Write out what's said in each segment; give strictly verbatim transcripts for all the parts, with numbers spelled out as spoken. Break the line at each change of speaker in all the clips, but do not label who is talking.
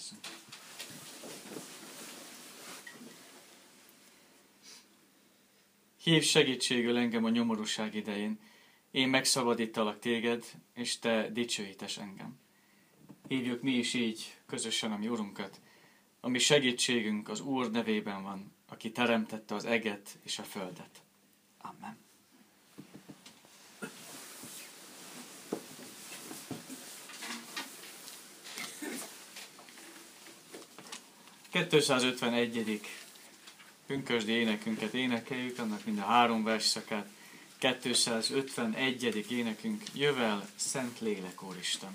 Imádkozzunk. Hívj segítségül engem a nyomorúság idején. Én megszabadítalak téged, és te dicsőítes engem. Hívjuk mi is így közösen a mi Urunkat. A mi segítségünk az Úr nevében van, aki teremtette az eget és a földet. Amen. kétszázötvenegyedik pünkösdi énekünket énekeljük, annak mind a három versszakát. kétszázötvenegyedik énekünk, jövel, Szent Lélek Úristen.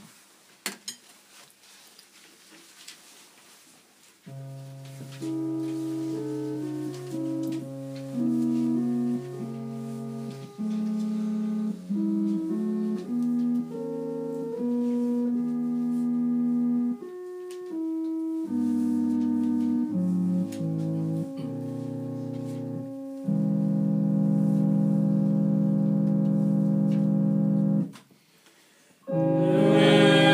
Yeah.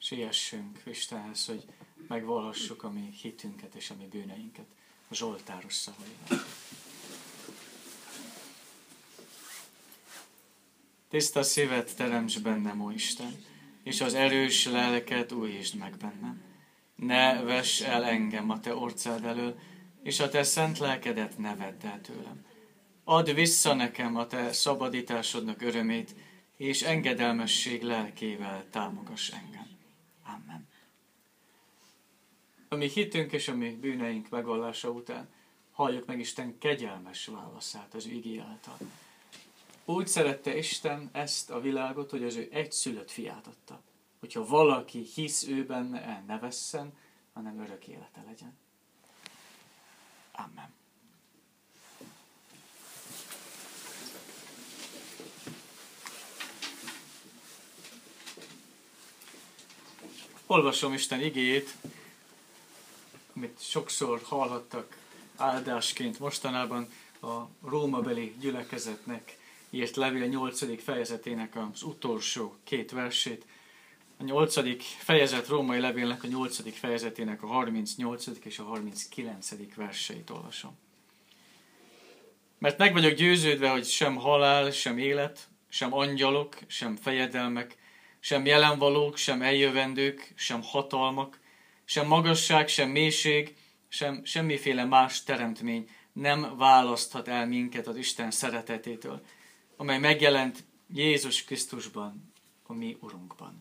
siessünk Istenhez, hogy megvallhassuk a mi hitünket és a mi bűneinket a zsoltáros szavaival. Tiszta szívet teremts bennem, ó Isten, és az erős lelket újítsd meg bennem. Ne vess el engem a te orcád elől, és a te szent lelkedet ne vedd el tőlem. Add vissza nekem a te szabadításodnak örömét, és engedelmesség lelkével támogass engem. Amen. A mi hitünk és a mi bűneink megvallása után halljuk meg Isten kegyelmes válaszát az ő igé által. Úgy szerette Isten ezt a világot, hogy az ő egyszülött fiát adta. Hogyha valaki hisz ő benne, el ne vesszen, hanem örök élete legyen. Amen. Olvasom Isten igéjét, amit sokszor hallhattak áldásként mostanában a rómabeli gyülekezetnek írt levél nyolcadik fejezetének az utolsó két versét. A nyolcadik fejezet római levélnek a nyolcadik fejezetének a harmincnyolcadik és a harminckilencedik verseit olvasom. Mert meg vagyok győződve, hogy sem halál, sem élet, sem angyalok, sem fejedelmek, sem jelenvalók, sem eljövendők, sem hatalmak, sem magasság, sem mélység, sem semmiféle más teremtmény nem választhat el minket az Isten szeretetétől, amely megjelent Jézus Krisztusban, a mi Urunkban.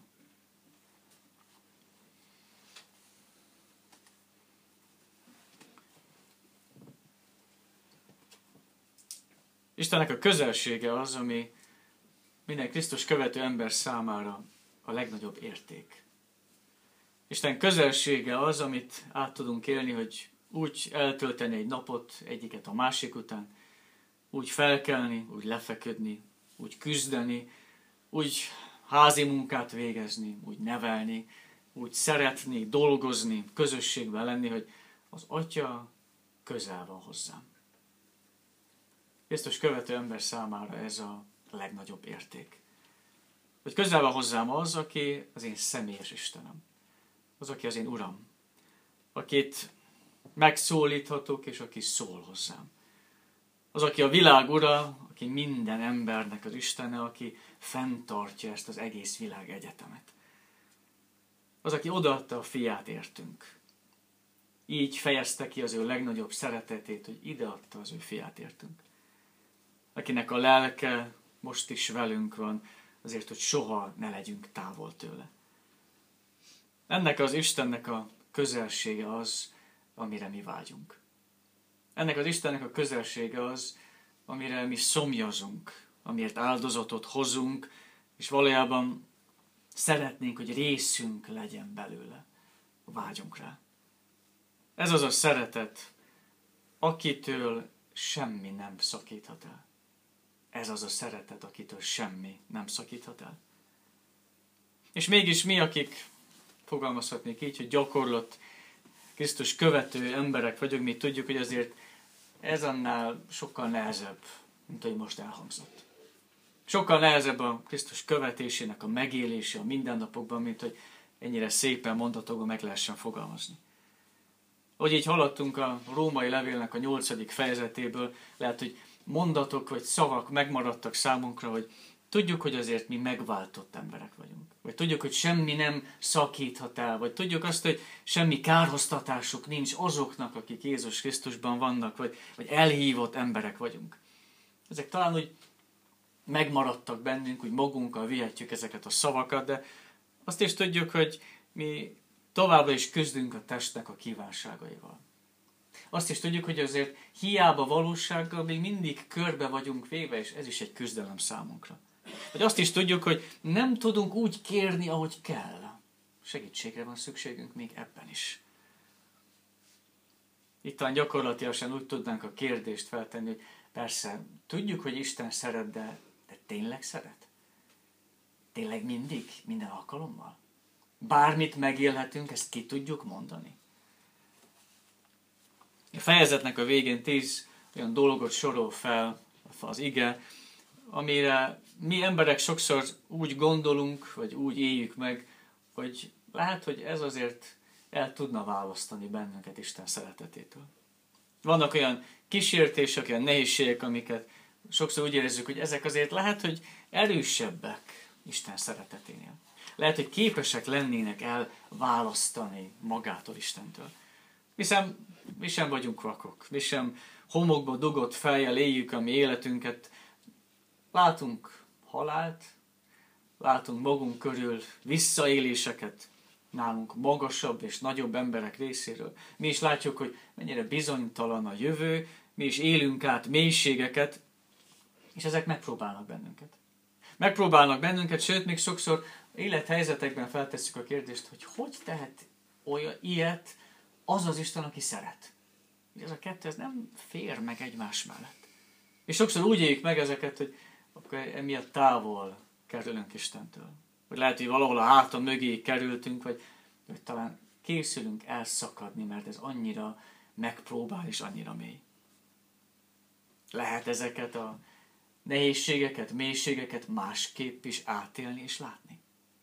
Istennek a közelsége az, ami minden Krisztus követő ember számára a legnagyobb érték. Isten közelsége az, amit át tudunk élni, hogy úgy eltölteni egy napot egyiket a másik után, úgy felkelni, úgy lefeküdni, úgy küzdeni, úgy házi munkát végezni, úgy nevelni, úgy szeretni, dolgozni, közösségben lenni, hogy az Atya közel van hozzám. Krisztus követő ember számára ez a legnagyobb érték. Hogy közel van hozzám az, aki az én személyes Istenem. Az, aki az én Uram. Akit megszólíthatok, és aki szól hozzám. Az, aki a világ ura, aki minden embernek az Istene, aki fenntartja ezt az egész világ egyetemet. Az, aki odaadta a fiát értünk. Így fejezte ki az ő legnagyobb szeretetét, hogy ideadta az ő fiát értünk. Akinek a lelke most is velünk van, azért, hogy soha ne legyünk távol tőle. Ennek az Istennek a közelsége az, amire mi vágyunk. Ennek az Istennek a közelsége az, amire mi szomjazunk, amiért áldozatot hozunk, és valójában szeretnénk, hogy részünk legyen belőle. Vágyunk rá. Ez az a szeretet, akitől semmi nem szakíthat el. Ez az a szeretet, akitől semmi nem szakíthat el. És mégis mi, akik, fogalmazhatnék így, hogy gyakorlott Krisztus követő emberek vagyunk, mi tudjuk, hogy azért ez annál sokkal nehezebb, mint ahogy most elhangzott. Sokkal nehezebb a Krisztus követésének a megélése a mindennapokban, mint hogy ennyire szépen mondatokban meg lehessen fogalmazni. Hogy így haladtunk a római levélnek a nyolcadik fejezetéből, lehet, hogy mondatok vagy szavak megmaradtak számunkra, hogy tudjuk, hogy azért mi megváltott emberek vagyunk. Vagy tudjuk, hogy semmi nem szakíthat el. Vagy tudjuk azt, hogy semmi kárhoztatásuk nincs azoknak, akik Jézus Krisztusban vannak, vagy, vagy elhívott emberek vagyunk. Ezek talán úgy megmaradtak bennünk, úgy magunkkal vihetjük ezeket a szavakat, de azt is tudjuk, hogy mi továbbra is küzdünk a testnek a kívánságaival. Azt is tudjuk, hogy azért hiába valósággal még mindig körbe vagyunk véve, és ez is egy küzdelem számunkra. Vagy azt is tudjuk, hogy nem tudunk úgy kérni, ahogy kell. Segítségre van szükségünk még ebben is. Itt talán gyakorlatilag úgy tudnánk a kérdést feltenni, hogy persze, tudjuk, hogy Isten szeret, de, de tényleg szeret? Tényleg mindig? Minden alkalommal? Bármit megélhetünk, ezt ki tudjuk mondani? A fejezetnek a végén tíz olyan dolgot sorol fel az ige, amire mi emberek sokszor úgy gondolunk, vagy úgy éljük meg, hogy lehet, hogy ez azért el tudna választani bennünket Isten szeretetétől. Vannak olyan kísértések, olyan nehézségek, amiket sokszor úgy érezzük, hogy ezek azért lehet, hogy erősebbek Isten szereteténél. Lehet, hogy képesek lennének elválasztani magától Istentől. Hiszen mi sem vagyunk vakok, mi sem homokba dugott fejjel éljük a mi életünket. Látunk halált, látunk magunk körül visszaéléseket nálunk magasabb és nagyobb emberek részéről. Mi is látjuk, hogy mennyire bizonytalan a jövő, mi is élünk át mélységeket, és ezek megpróbálnak bennünket. Megpróbálnak bennünket, sőt, még sokszor élethelyzetekben feltesszük a kérdést, hogy hogy tehet olyan ilyet az az Isten, aki szeret. Ez a kettő, ez nem fér meg egymás mellett. És sokszor úgy éljük meg ezeket, hogy akkor emiatt távol kerülünk Istentől. Vagy lehet, hogy valahol a háta mögé kerültünk, vagy, vagy talán készülünk elszakadni, mert ez annyira megpróbál és annyira mély. Lehet ezeket a nehézségeket, mélységeket másképp is átélni és látni.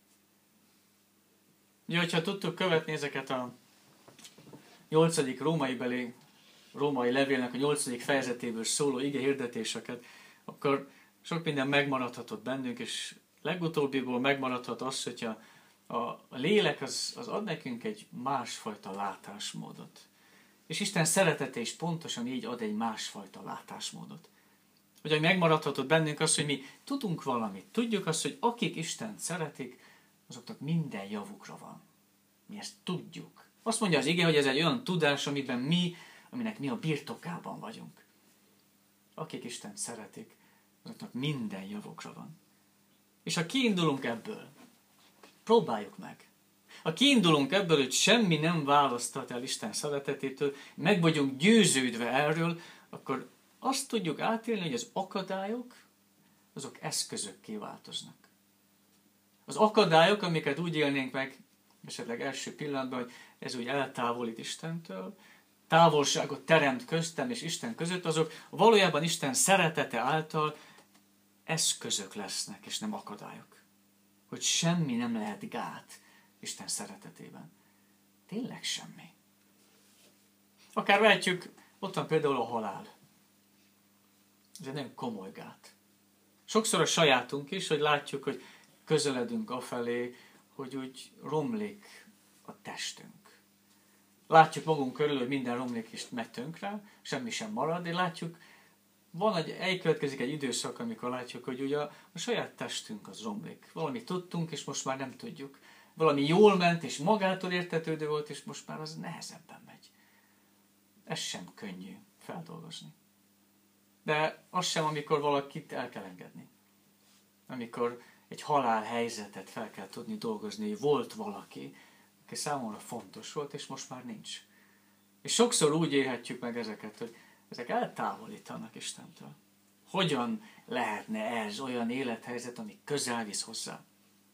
Ugye, hogyha tudtuk követni ezeket a nyolcadik római beli, római levélnek a nyolcadik fejezetéből szóló ige hirdetéseket, akkor sok minden megmaradhatott bennünk, és legutóbbiból megmaradhat az, hogyha a, a lélek az, az ad nekünk egy másfajta látásmódot. És Isten szeretete is pontosan így ad egy másfajta látásmódot. Hogy megmaradhatott bennünk az, hogy mi tudunk valamit. Tudjuk azt, hogy akik Istent szeretik, azoknak minden javukra van. Mi ezt tudjuk. Azt mondja az ige, hogy ez egy olyan tudás, amiben mi, aminek mi a birtokában vagyunk. Akik Istent szeretik, azoknak minden javukra van. És ha kiindulunk ebből, próbáljuk meg. Ha kiindulunk ebből, hogy semmi nem választhat el Isten szeretetétől, meg vagyunk győződve erről, akkor azt tudjuk átélni, hogy az akadályok, azok eszközökké változnak. Az akadályok, amiket úgy élnénk meg, esetleg első pillanatban, hogy ez úgy eltávolít Istentől, távolságot teremt köztem és Isten között, azok valójában Isten szeretete által eszközök lesznek, és nem akadályok. Hogy semmi nem lehet gát Isten szeretetében. Tényleg semmi. Akár vehetjük, ott van például a halál. Ez egy nagyon komoly gát. Sokszor a sajátunk is, hogy látjuk, hogy közeledünk afelé, hogy úgy romlik a testünk. Látjuk magunk körül, hogy minden romlik és megy tönkre, semmi sem marad, de látjuk, van egy, elkövetkezik egy időszak, amikor látjuk, hogy ugye a, a saját testünk az romlik. Valamit tudtunk, és most már nem tudjuk. Valami jól ment, és magától értetődő volt, és most már az nehezebben megy. Ez sem könnyű feldolgozni. De az sem, amikor valakit el kell engedni. Amikor egy halálhelyzetet fel kell tudni dolgozni, hogy volt valaki, aki számomra fontos volt, és most már nincs. És sokszor úgy élhetjük meg ezeket, hogy ezek eltávolítanak Istentől. Hogyan lehetne ez olyan élethelyzet, ami közel visz hozzá?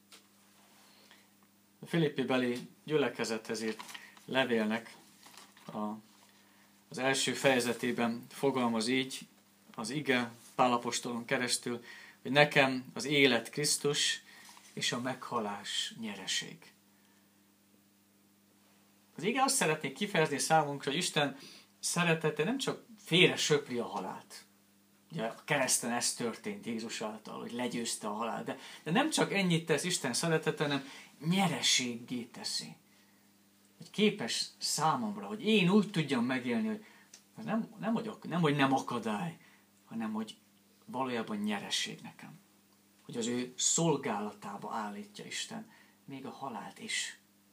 A Filippi beli gyülekezethez írt levélnek a, az első fejezetében fogalmaz így az ige Pál apostolon keresztül, hogy nekem az élet Krisztus és a meghalás nyereség. Az ige azt szeretnék kifejezni számunkra, hogy Isten szeretete nem csak félre söpri a halált. Ugye a kereszten ez történt Jézus által, hogy legyőzte a halált. De, de nem csak ennyit tesz Isten szeretete, hanem nyereséggé teszi. Hogy képes számomra, hogy én úgy tudjam megélni, hogy nem, nem, hogy, nem, hogy nem akadály, hanem hogy valójában nyereség nekem. Hogy az ő szolgálatába állítja Isten, még a halált is.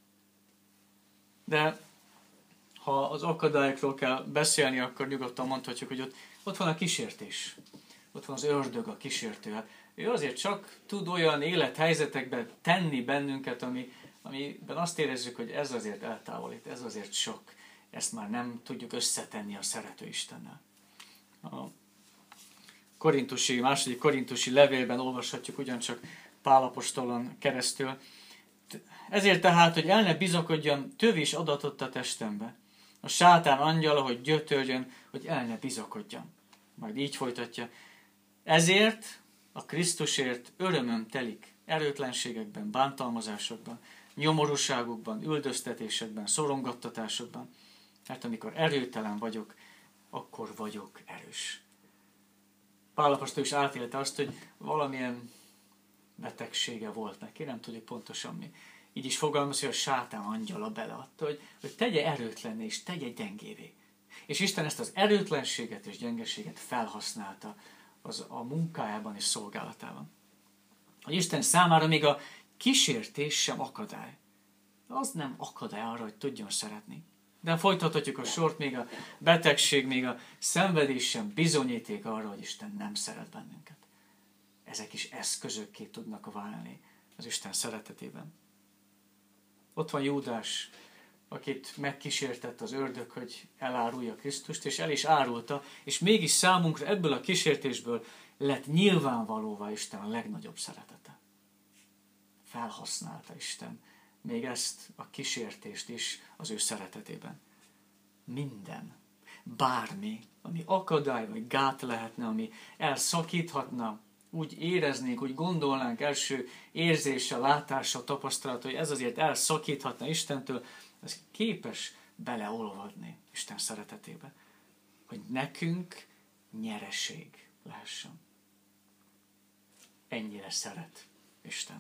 De ha az akadályokról kell beszélni, akkor nyugodtan mondhatjuk, hogy ott, ott van a kísértés. Ott van az ördög, a kísértő. Hát ő azért csak tud olyan élethelyzetekben tenni bennünket, ami, amiben azt érezzük, hogy ez azért eltávolít, ez azért sok. Ezt már nem tudjuk összetenni a szerető Istennel. A korintusi, második korintusi levélben olvashatjuk ugyancsak Pál apostolon keresztül. Ezért tehát, hogy el ne bizakodjam, tövés adatott a testembe. A sátán angyala, hogy gyötörjön, hogy el ne bizakodjam. Majd így folytatja. Ezért a Krisztusért örömöm telik erőtlenségekben, bántalmazásokban, nyomorúságukban, üldöztetésekben, szorongattatásokban. Mert amikor erőtelen vagyok, akkor vagyok erős. Pál apostol is átélte azt, hogy valamilyen betegsége volt neki, nem tudjuk pontosan mi. Így is fogalmaz, hogy a sátán angyala beleadta, hogy, hogy tegye erőtlenné és tegye gyengévé. És Isten ezt az erőtlenséget és gyengeséget felhasználta az a munkájában és szolgálatában. Hogy Isten számára még a kísértés sem akadály. Az nem akadály arra, hogy tudjon szeretni. De folytathatjuk a sort, még a betegség, még a szenvedés sem bizonyíték arra, hogy Isten nem szeret bennünket. Ezek is eszközökké tudnak válni az Isten szeretetében. Ott van Júdás, akit megkísértett az ördög, hogy elárulja Krisztust, és el is árulta, és mégis számunkra ebből a kísértésből lett nyilvánvalóvá Isten a legnagyobb szeretete. Felhasználta Isten még ezt a kísértést is az ő szeretetében. Minden, bármi, ami akadály vagy gát lehetne, ami elszakíthatna, úgy éreznénk, úgy gondolnánk első érzéssel, látással, tapasztalat, hogy ez azért elszakíthatna Istentől, ez képes beleolvadni Isten szeretetébe, hogy nekünk nyereség lehessen. Ennyire szeret Isten.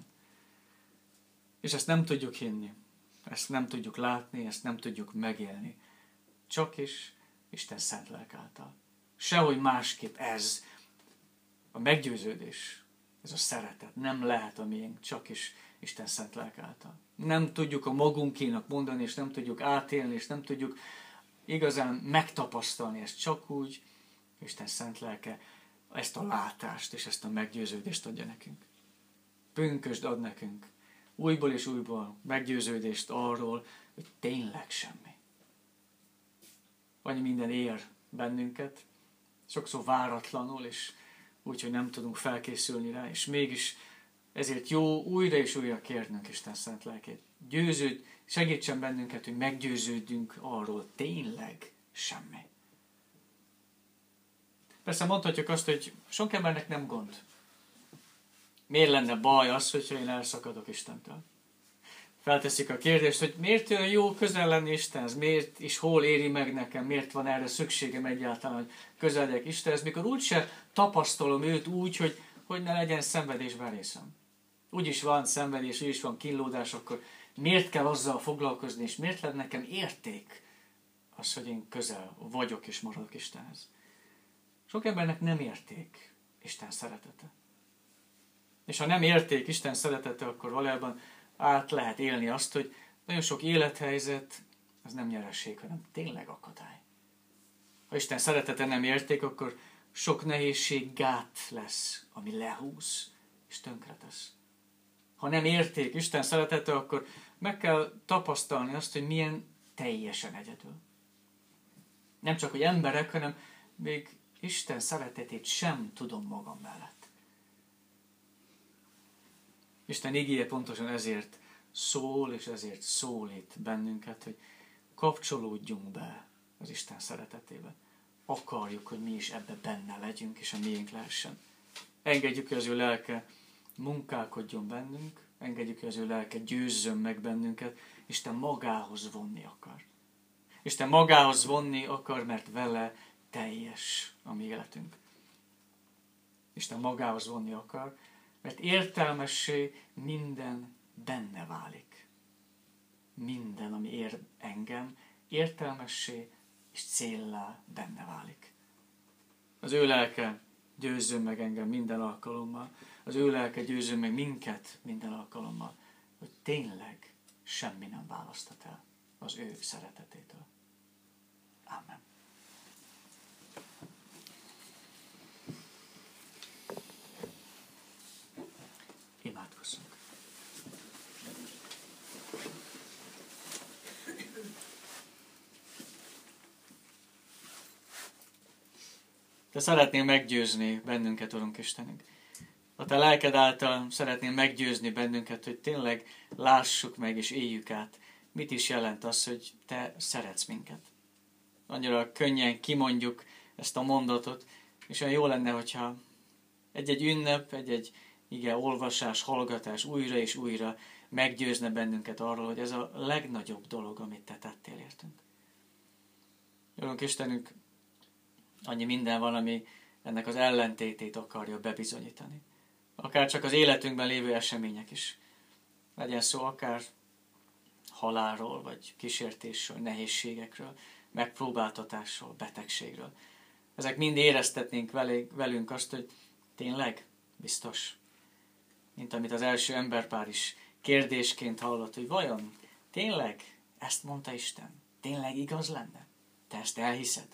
És ezt nem tudjuk hinni, ezt nem tudjuk látni, ezt nem tudjuk megélni. Csak is Isten szent lelk által. Sehogy másképp ez a meggyőződés, ez a szeretet nem lehet a miénk, csak is Isten szent lelk által. Nem tudjuk a magunkénak mondani, és nem tudjuk átélni, és nem tudjuk igazán megtapasztalni ezt, csak úgy, Isten szent lelke ezt a látást és ezt a meggyőződést adja nekünk. Pünkösd ad nekünk újból és újból meggyőződést arról, hogy tényleg semmi. Annyi minden ér bennünket, sokszor váratlanul, és úgy, hogy nem tudunk felkészülni rá, és mégis ezért jó újra és újra kérnünk Isten szent lelkét. Győződ, segítsen bennünket, hogy meggyőződjünk arról, tényleg semmi. Persze mondhatjuk azt, hogy sok embernek nem gond. Miért lenne baj az, hogyha én elszakadok Istentől? Felteszik a kérdést, hogy miért olyan jó közel lenni Istenhez, miért és hol éri meg nekem, miért van erre szükségem egyáltalán, hogy közel legyek Istenhez, mikor úgyse tapasztalom őt úgy, hogy, hogy ne legyen szenvedésben részem. Úgyis van szenvedés, úgyis van kínlódás, akkor miért kell azzal foglalkozni, és miért lenne nekem érték az, hogy én közel vagyok és maradok Istenhez. Sok embernek nem érték Isten szeretete. És ha nem érték Isten szeretete, akkor valójában át lehet élni azt, hogy nagyon sok élethelyzet, az nem nyeresség, hanem tényleg akadály. Ha Isten szeretete nem érték, akkor sok nehézség gát lesz, ami lehúz és tönkretesz. Ha nem érték Isten szeretete, akkor meg kell tapasztalni azt, hogy milyen teljesen egyedül. Nem csak, hogy emberek, hanem még Isten szeretetét sem tudom magam mellett. Isten igéje pontosan ezért szól, és ezért szólít bennünket, hogy kapcsolódjunk be az Isten szeretetébe. Akarjuk, hogy mi is ebbe benne legyünk, és a miénk lehessen. Engedjük, hogy az ő lelke munkálkodjon bennünk, engedjük, hogy az ő lelke győzzön meg bennünket, Isten magához vonni akar. Isten magához vonni akar, mert vele teljes a mi életünk. Isten magához vonni akar, mert értelmessé minden benne válik. Minden, ami ér engem, értelmessé és céllá benne válik. Az ő lelke győzzön meg engem minden alkalommal, az ő lelke győzzön meg minket minden alkalommal, hogy tényleg semmi nem választhat el az ő szeretetétől. Amen. Imádkozzunk. Te szeretnél meggyőzni bennünket, Urunk Istenünk. A te lelked által szeretnél meggyőzni bennünket, hogy tényleg lássuk meg és éljük át, mit is jelent az, hogy te szeretsz minket. Annyira könnyen kimondjuk ezt a mondatot, és olyan jó lenne, hogyha egy-egy ünnep, egy-egy ige olvasás, hallgatás újra és újra meggyőzne bennünket arról, hogy ez a legnagyobb dolog, amit te tettél értünk. Urunk Istenünk, annyi minden van, ami ennek az ellentétét akarja bebizonyítani. Akár csak az életünkben lévő események is. Legyen szó akár halálról, vagy kísértésről, nehézségekről, megpróbáltatásról, betegségről. Ezek mind éreztetnénk velünk azt, hogy tényleg biztos. Mint amit az első emberpár is kérdésként hallott, hogy vajon tényleg ezt mondta Isten? Tényleg igaz lenne? Te ezt elhiszed?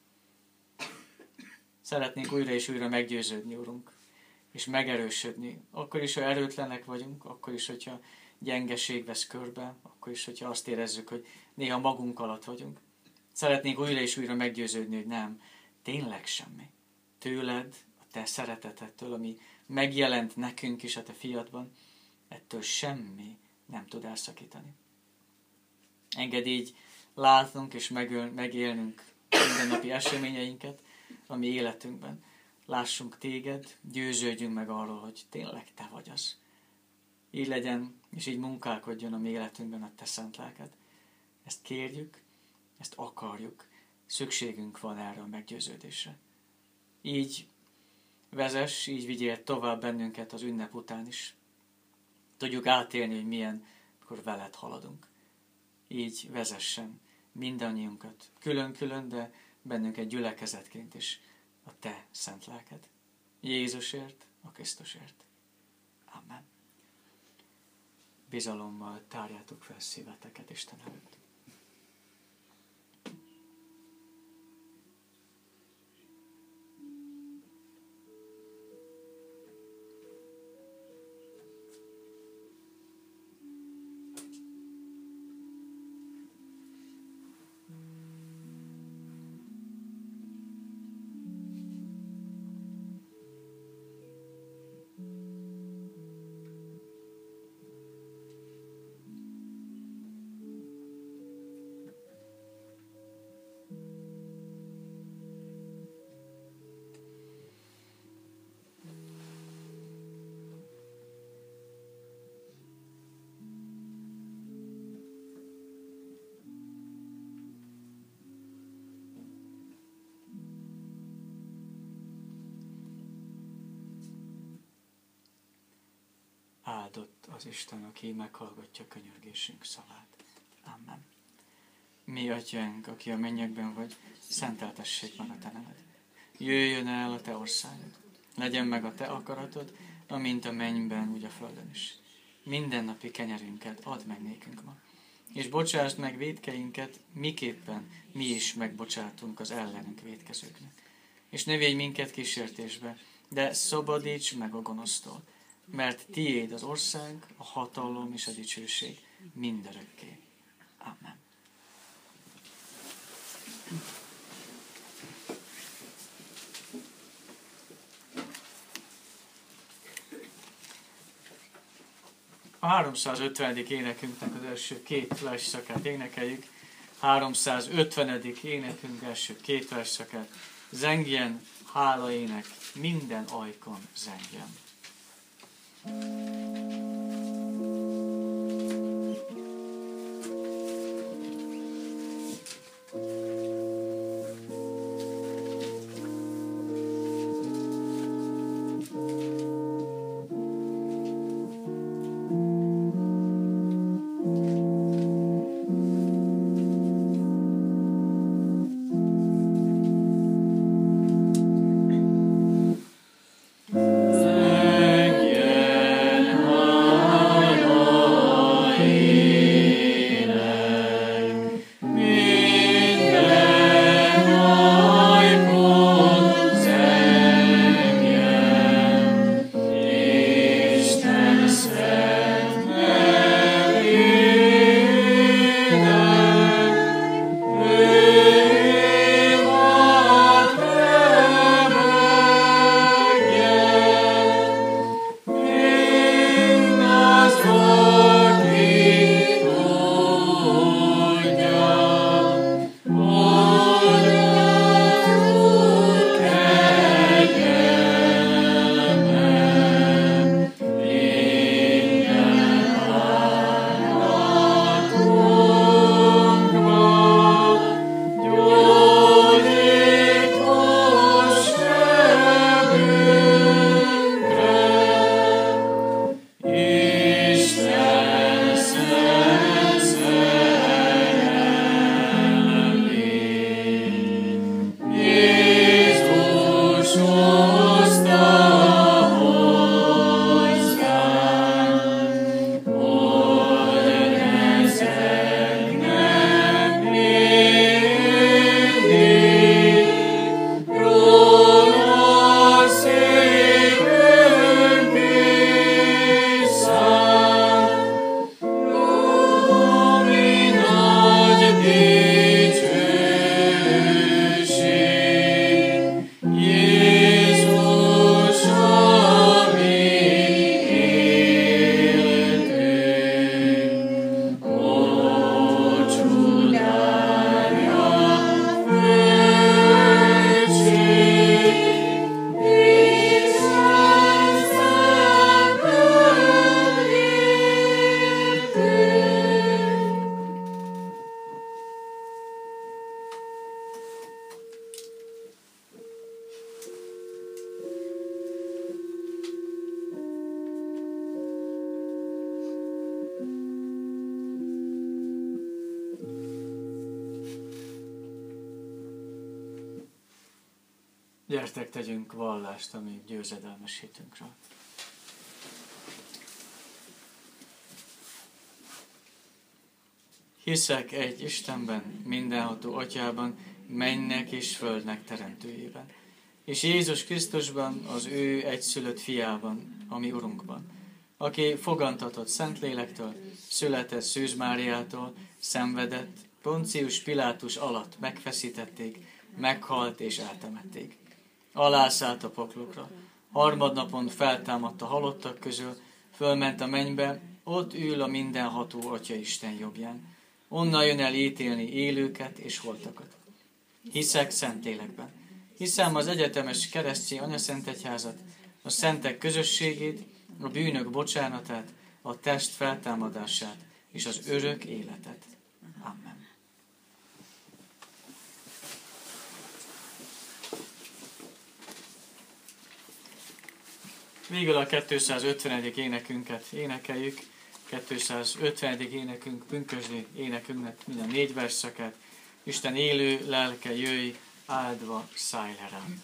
Szeretnénk újra és újra meggyőződni, Urunk, és megerősödni. Akkor is, ha erőtlenek vagyunk, akkor is, hogyha gyengeség vesz körbe, akkor is, hogyha azt érezzük, hogy néha magunk alatt vagyunk. Szeretnénk újra és újra meggyőződni, hogy nem, tényleg semmi. Tőled, a te szeretetettől, ami megjelent nekünk is a te fiadban, ettől semmi nem tud elszakítani. Engedd így látnunk és megöl, megélnünk mindennapi eseményeinket a mi életünkben. Lássunk téged, győződjünk meg arról, hogy tényleg te vagy az. Így legyen, és így munkálkodjon a mi életünkben a te szent lelked. Ezt kérjük, ezt akarjuk, szükségünk van erre a meggyőződésre. Így vezess, így vigyél tovább bennünket az ünnep után is. Tudjuk átélni, hogy milyen, amikor veled haladunk. Így vezessen mindannyiunkat, külön-külön, de bennünket gyülekezetként is a te szent lelked. Jézusért, a Krisztusért. Amen. Bizalommal tárjátok fel szíveteket Isten előtt. Áldott az Isten, aki meghallgatja könyörgésünk szavát. Amen. Mi atyánk, aki a mennyekben vagy, szenteltessék meg a te neved. Jöjjön el a te országod. Legyen meg a te akaratod, amint a mennyben, úgy a földön is. Mindennapi kenyerünket add meg nékünk ma. És bocsásd meg vétkeinket, miképpen mi is megbocsátunk az ellenünk vétkezőknek. És ne védj minket kísértésbe, de szabadíts meg a gonosztól, mert tiéd az ország, a hatalom és a dicsőség mindörökké. Amen. A háromszázötvenedik énekünknek az első két versszakát énekeljük. háromszázötvenedik énekünk első két versszakát. Zengjen, hálaének, minden ajkon zengjen.
Zengjen
Gyertek, tegyünk vallást a mi győzedelmes hitünkről. Hiszek egy Istenben, mindenható Atyában, mennek és földnek teremtőjében, és Jézus Krisztusban, az ő egyszülött fiában, ami Urunkban, aki fogantatott Szentlélektől, született Szűz Máriától, szenvedett, Poncius Pilátus alatt megfeszítették, meghalt és eltemették. Alászállt a poklokra, harmadnapon feltámadt a halottak közül, fölment a mennybe, ott ül a mindenható Atya Isten jobbján. Onnan jön el ítélni élőket és holtakat. Hiszek Szentlélekben. Hiszem az egyetemes keresztény anyaszentegyházat, a szentek közösségét, a bűnök bocsánatát, a test feltámadását és az örök életet. Amen. Végül a kétszázötvenedik énekünket énekeljük. kétszázötvenedik énekünk, pünkösdi énekünknek minden négy verszakát. Isten élő lelke, jöjj, áldva szállj le rám.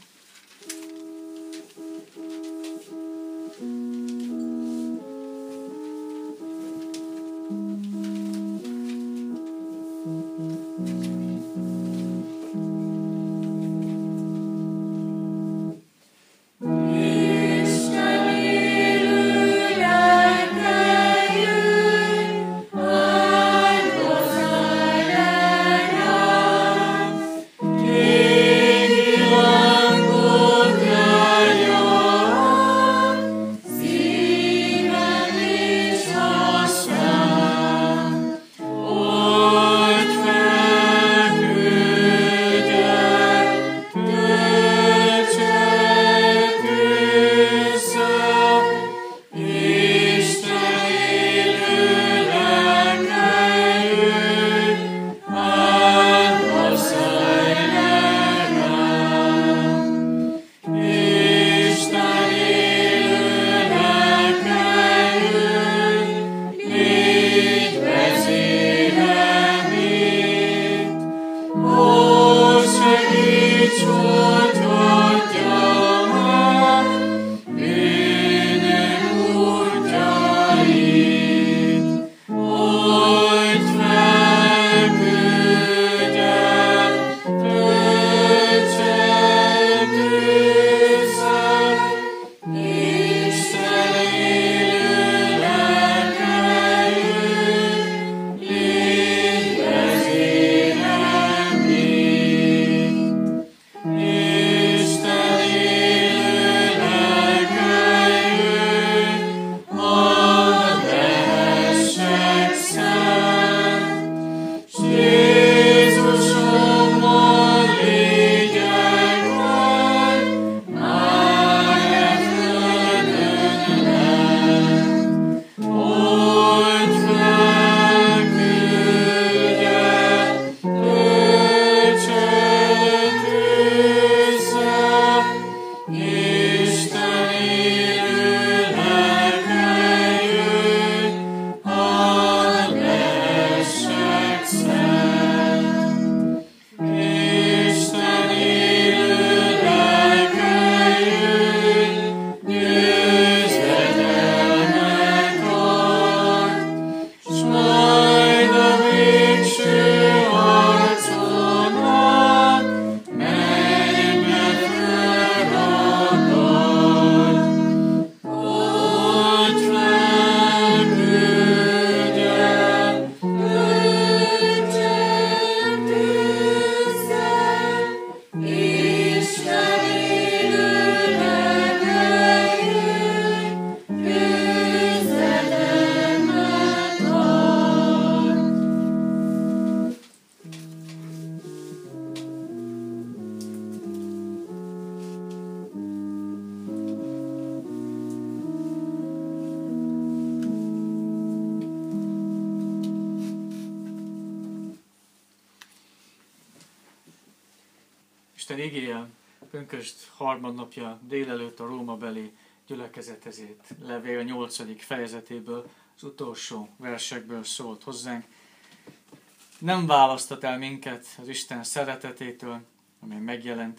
Isten igéje pünkösd harmadnapja délelőtt a rómabeli gyülekezethez írt levél nyolcadik fejezetéből, az utolsó versekből szólt hozzánk. Nem választott el minket az Isten szeretetétől, amely megjelent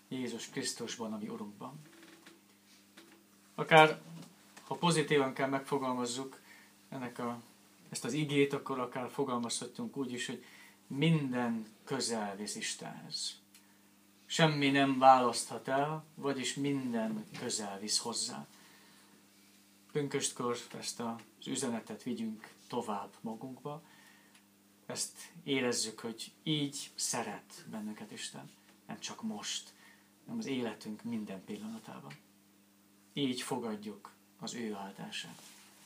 Jézus Krisztusban, ami Urunkban. Akár, ha pozitívan kell megfogalmazzuk ennek a, ezt az igét, akkor akár fogalmazhatunk úgy is, hogy minden közel visz Istenhez. Semmi nem választhat el, vagyis minden közel visz hozzá. Pünköstkor ezt az üzenetet vigyünk tovább magunkba. Ezt érezzük, hogy így szeret bennünket Isten. Nem csak most, hanem az életünk minden pillanatában. Így fogadjuk az ő áldását.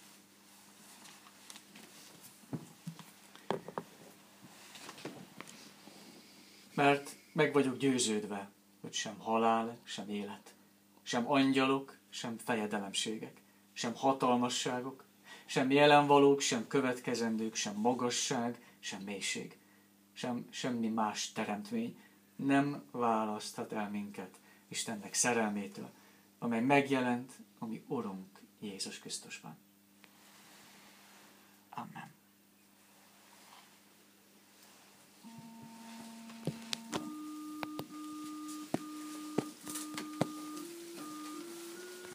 Mert meg vagyok győződve, hogy sem halál, sem élet, sem angyalok, sem fejedelemségek, sem hatalmasságok, sem jelenvalók, sem következendők, sem magasság, sem mélység, sem semmi más teremtmény nem választhat el minket Istennek szerelmétől, amely megjelent a mi Urunk Jézus Krisztusban. Amen.